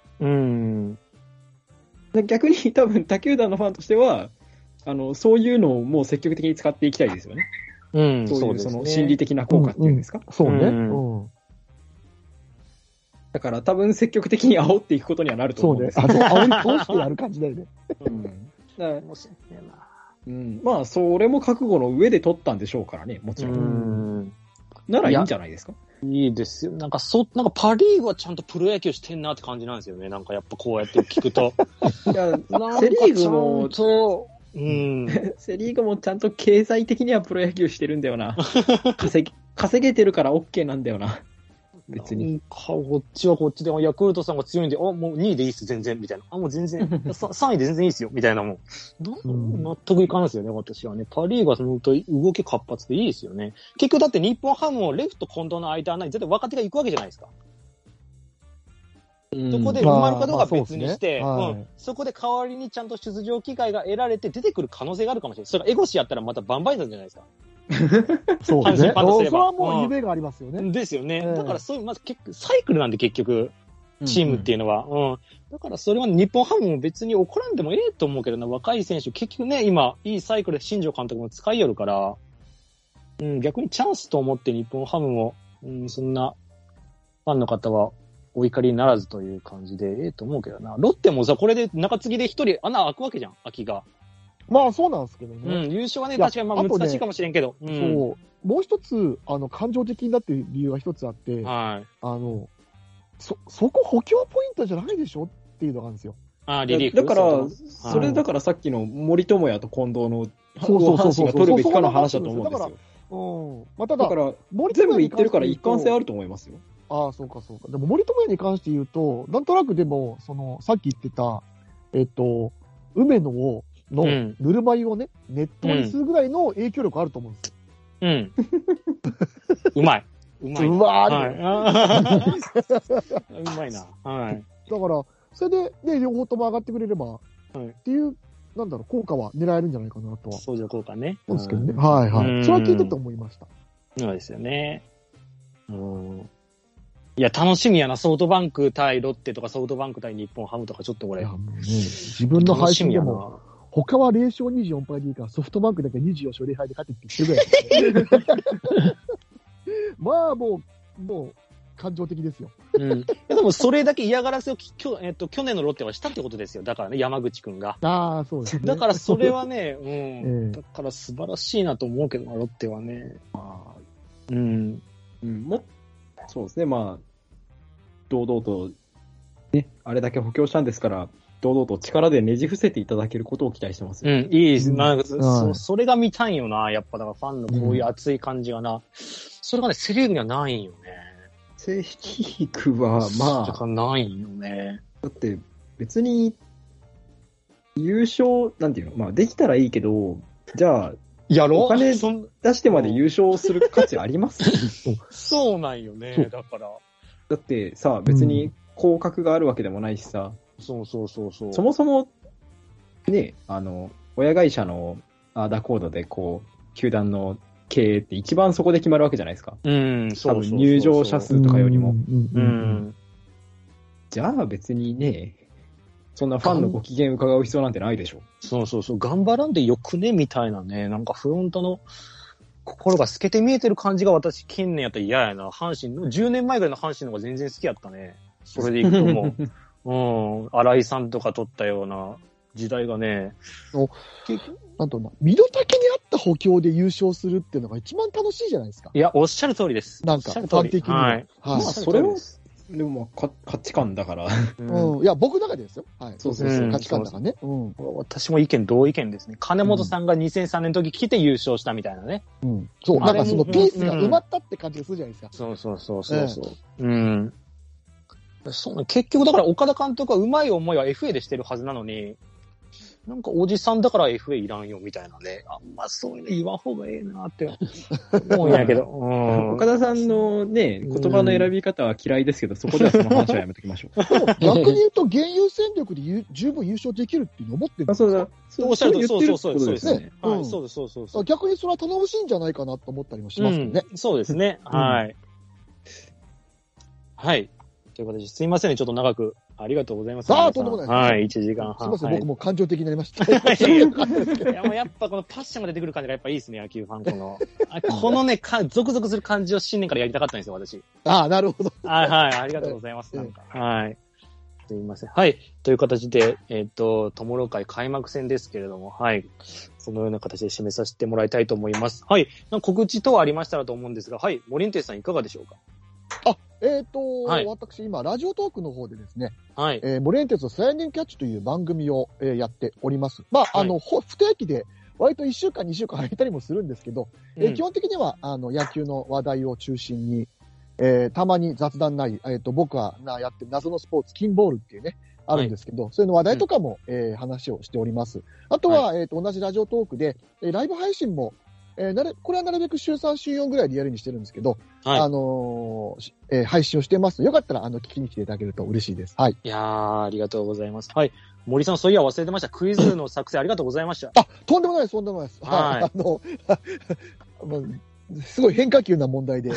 S3: 逆に多分他球団のファンとしては、そういうのをもう積極的に使っていきたいですよね。そういうその心理的な効果っていうんですか。
S4: そうね。
S3: だから多分積極的に煽っていくことにはなると思うんですよ。
S4: そうね。煽り通してやる感じだよね。
S3: まあ、それも覚悟の上で取ったんでしょうからね、もちろん。ならいいんじゃないですか。
S1: いいですよ。なんかパリーグはちゃんとプロ野球してんなって感じなんですよね。なんかやっぱこうやって聞くと。
S3: いや、セリーグも、セリーグもちゃんと経済的にはプロ野球してるんだよな。稼げてるから OK なんだよな。別に。
S1: こっちはこっちで、ヤクルトさんが強いんで、もう2位でいいっす、全然、みたいな。もう全然、3位で全然いいっすよ、みたいなもん。納得いかんですよね、私はね。パリーグは本当に動き活発でいいですよね。結局だって日本ハムもレフト近藤の間に絶対若手が行くわけじゃないですか。そこで埋まるかどうかは別にして、そこで代わりにちゃんと出場機会が得られて出てくる可能性があるかもしれない。それがエゴシやったらまたバンバンなんじゃないですか。
S4: そうですね。それはもう夢がありますよね。
S1: ですよね。だからそういう、まずサイクルなんで結局、チームっていうのは。だからそれは日本ハムも別に怒らんでもええと思うけどな、若い選手、結局ね、今、いいサイクルで新庄監督も使いよるから、逆にチャンスと思って日本ハムも、そんな、ファンの方はお怒りにならずという感じで、ええと思うけどな。ロッテもさ、これで中継ぎで一人穴開くわけじゃん、空きが。
S4: まあそうなんですけどね。
S1: 優勝はね、確かにまあ難しいかもしれんけど。
S4: そう。もう一つ、感情的になっている理由が一つあって、そこ補強ポイントじゃないでしょっていうのがあるんですよ。
S1: リリーフ。
S3: だから、だからさっきの森友哉と近藤の、阪神が取るべきかの話だと思うんですよ。ただから、全部言ってるから一貫性あると思いますよ。
S4: そうか。でも森友哉に関して言うと、なんとなくでも、さっき言ってた、梅野のぬるま湯をね、熱湯にするぐらいの影響力あると思うんですよ。
S1: うまい。
S4: うまい
S1: な。はい。
S4: だから、それで、ね、両方とも上がってくれれば、っていう、なんだろう、効果は狙えるんじゃないかなとは。
S1: 相乗効果ね。
S4: そうですけどね。はい。それは聞いてて思いました。
S1: そうですよね。いや、楽しみやな。ソフトバンク対ロッテとかソフトバンク対日本ハムとかちょっとこれ。
S4: 自分の配信でも、他は0勝24敗でいいから、ソフトバンクだけ24勝0敗で勝ってって言ってるぐらい。まあもう、 感情的ですよ。
S1: でもそれだけ嫌がらせを去年のロッテはしたってことですよ。だからね、山口くんが。
S4: ああ、そうですね。
S1: だからそれはね、だから素晴らしいなと思うけどな、ロッテはね。
S3: そうですね、まあ、堂々と、ね、あれだけ補強したんですから、堂々と力でねじ伏せていただけることを期待してますよ。
S1: いいです。それが見たいよな、やっぱだからファンのこういう熱い感じがな。それがね、セリーグにはないんよね。
S3: セリーグは、まあ。
S1: ないよね。
S3: だって、別に、優勝、なんていうの、まあ、できたらいいけど、じゃあ、お金出してまで優勝する価値あります
S1: そうなんよね、だから。
S3: だってさ、別に降格があるわけでもないしさ。
S1: そ
S3: もそも、ね、親会社のアーダーコードで、こう、球団の経営って一番そこで決まるわけじゃないですか。多分入場者数とかよりも。じゃあ別にね、そんなファンのご機嫌伺う必要なんてないでしょ。
S1: 頑張らんでよくね、みたいなね。なんかフロントの心が透けて見えてる感じが私近年やったら嫌やな。阪神の、10年前ぐらいの阪神の方が全然好きやったね。それでいくともう、新井さんとか取ったような時代がね。
S4: なんと身の丈に合った補強で優勝するっていうのが一番楽しいじゃないですか。
S1: いや、おっしゃる通りです。
S4: なんか、端的に。はい。
S3: まあ、それを、でも価値観だから。
S4: いや、僕の中でですよ。はい。そう価値観だからね。
S1: 私も同意見ですね。金本さんが2003年の時来て優勝したみたいなね。
S4: そう。なんかそのピースが埋まったって感じがするじゃないですか。
S1: そう結局だから岡田監督はうまい思いは FA でしてるはずなのに、なんかおじさんだから FA いらんよみたいなね。あんまそういうの言わん方がええなって思うんやけど。
S3: 岡田さんのね、言葉の選び方は嫌いですけど、そこではその話はやめときましょう。
S4: 逆に言うと、現有戦力で十分優勝できるっていうのを思ってるんですか？
S1: おっしゃるとり、そうですね。
S4: 逆にそれは頼もしいんじゃないかなと思ったりもしますよね。
S1: そうですね。はい。はい。という形で、すいませんね、ちょっと長く。ありがとうございます。
S4: とんでもないです。
S1: はい、1時間半。
S4: すいません、僕も感情的になりました。
S1: いや、もうやっぱこのパッションが出てくる感じがやっぱいいですね、野球ファンこのね、ゾクゾクする感じを新年からやりたかったんですよ、私。
S4: なるほど。
S1: はい、ありがとうございます。はい。すいません。はい。という形で、トモロ会開幕戦ですけれども、はい。そのような形で締めさせてもらいたいと思います。はい。告知等ありましたらと思うんですが、はい。モリンテスさんいかがでしょうか？
S4: 私今、ラジオトークの方でですね、
S1: はい。
S4: モリエンテスサイニングキャッチという番組を、やっております。まあ、不定期で、割と1週間、2週間空いたりもするんですけど、基本的には、野球の話題を中心に、たまに雑談なり、僕はやってる謎のスポーツ、キンボールっていうね、あるんですけど、それの話題とかも、話をしております。あとは、同じラジオトークで、ライブ配信も、これはなるべく週3、週4ぐらいでやるようにしてるんですけど、配信をしてます。よかったら、聞きに来ていただけると嬉しいです。はい。
S1: いやー、ありがとうございます。はい。森さん、そういや忘れてました。クイズの作成ありがとうございました。
S4: とんでもないです、とんでもないです。はい。すごい変化球な問題で。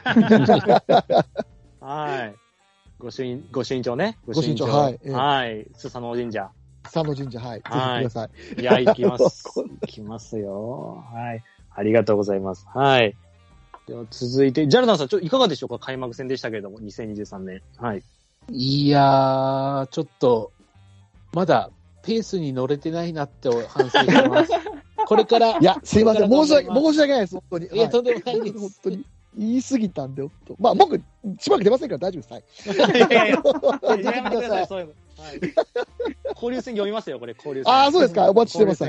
S1: はい。ご朱印帳ね。
S4: ご朱印帳、はい。
S1: はい。スサノオ神社。
S4: スサノオ神社、はい。ぜひ来てくださ
S1: い。いや、行きます。行きますよ。はい。ありがとうございます。はい。では続いて、ジャルダンさん、いかがでしょうか？開幕戦でしたけれども、2023年。はい。
S2: いやー、ちょっと、まだ、ペースに乗れてないなって反省してます。これから。
S4: いや、すいません。申し訳ないです、本当に。
S2: とんでもないです。
S4: 本当に。言い過ぎたんで、まあ、僕、しばらく出ませんから大丈夫です。
S1: はい。やめてください、そういうの。はい。交流戦読みますよ、これ、交流戦。
S4: そうですか。お待ちしてます。はい。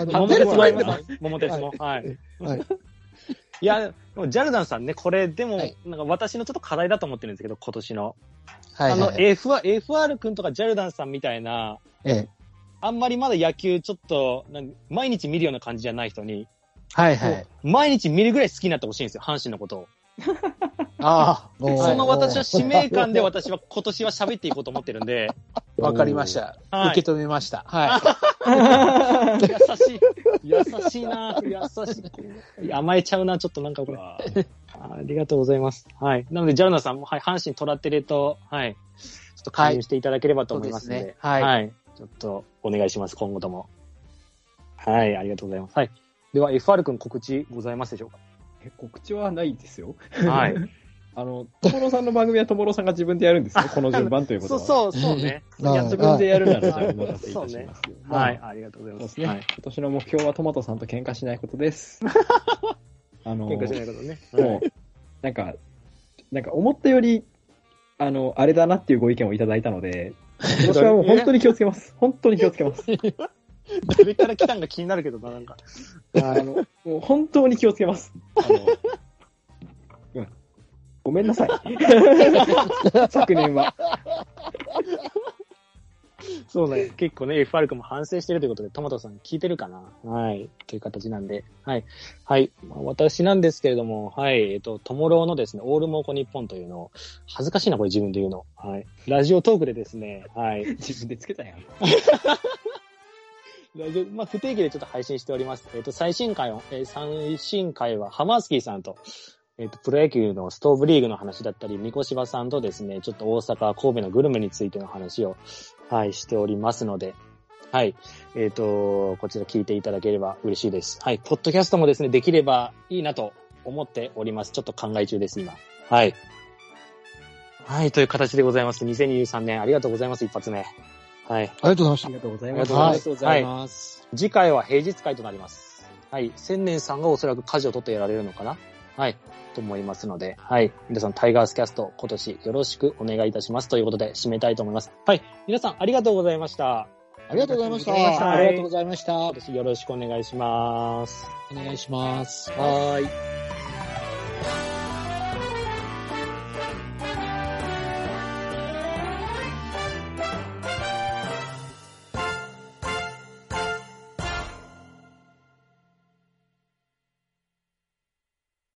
S1: 桃鉄も読みます。桃鉄も。はい。いや、ジャルダンさんね、これ、でも、なんか私のちょっと課題だと思ってるんですけど、今年の。FR 君とかジャルダンさんみたいな、あんまりまだ野球ちょっと、毎日見るような感じじゃない人に、毎日見るぐらい好きになってほしいんですよ、阪神のことを。その私は使命感で私は今年は喋っていこうと思ってるんで。
S2: わかりました。受け止めました。はい。
S1: 優しいな。優しい。甘えちゃうな、ちょっとなんかこれ。ありがとうございます。はい。なので、ジャルナさんも、はい、阪神トラテレと、はい。ちょっと加入していただければと思いますので。はい。ちょっとお願いします、今後とも。はい、ありがとうございます。はい。では、FR 君告知ございますでしょうか？
S3: 告知はないですよ。
S1: はい。
S3: ともろさんの番組はともろさんが自分でやるんですね。この順番ということは。
S1: そうね。
S3: 自分でやるならじゃあお任せいたします。
S1: はい、ありがとうございます。
S3: 今年の目標はトマトさんと喧嘩しないことです。
S1: 喧嘩しないことね。
S3: もう、なんか思ったより、あれだなっていうご意見をいただいたので、私はもう本当に気をつけます。本当に気をつけます。
S1: 誰から来たんか気になるけどな、なんか。
S3: もう本当に気をつけます。ごめんなさい。昨年は。
S1: そうね。結構ね、FR 君も反省してるということで、トマトさん聞いてるかな？はい。という形なんで。はい。はい。私なんですけれども、はい。トモローのですね、オールモーコ日本というのを、恥ずかしいな、これ自分で言うの。はい。ラジオトークでですね、はい。
S3: 自分でつけたやん。
S1: ラジオ、不定期でちょっと配信しております。最新回はハマースキーさんと、プロ野球のストーブリーグの話だったり、三越柴さんとですね、ちょっと大阪、神戸のグルメについての話を、はい、しておりますので、はい、こちら聞いていただければ嬉しいです。はい、ポッドキャストもですね、できればいいなと思っております。ちょっと考え中です、今。はい。はい、という形でございます。2023年ありがとうございます、一発目。はい。
S2: ありがとうございました。
S3: ありがとうございます。
S2: ありがとうございます。
S1: 次回は平日会となります。はい。千年さんがおそらく舵を取ってやられるのかな？はい。と思いますので、はい。皆さん、タイガースキャスト、今年よろしくお願いいたします。ということで、締めたいと思います。はい。皆さん、ありがとうございました。
S2: ありがとうございました。
S1: ありがとうございました。今年よろしくお願いします。
S2: お願いします。
S1: はい。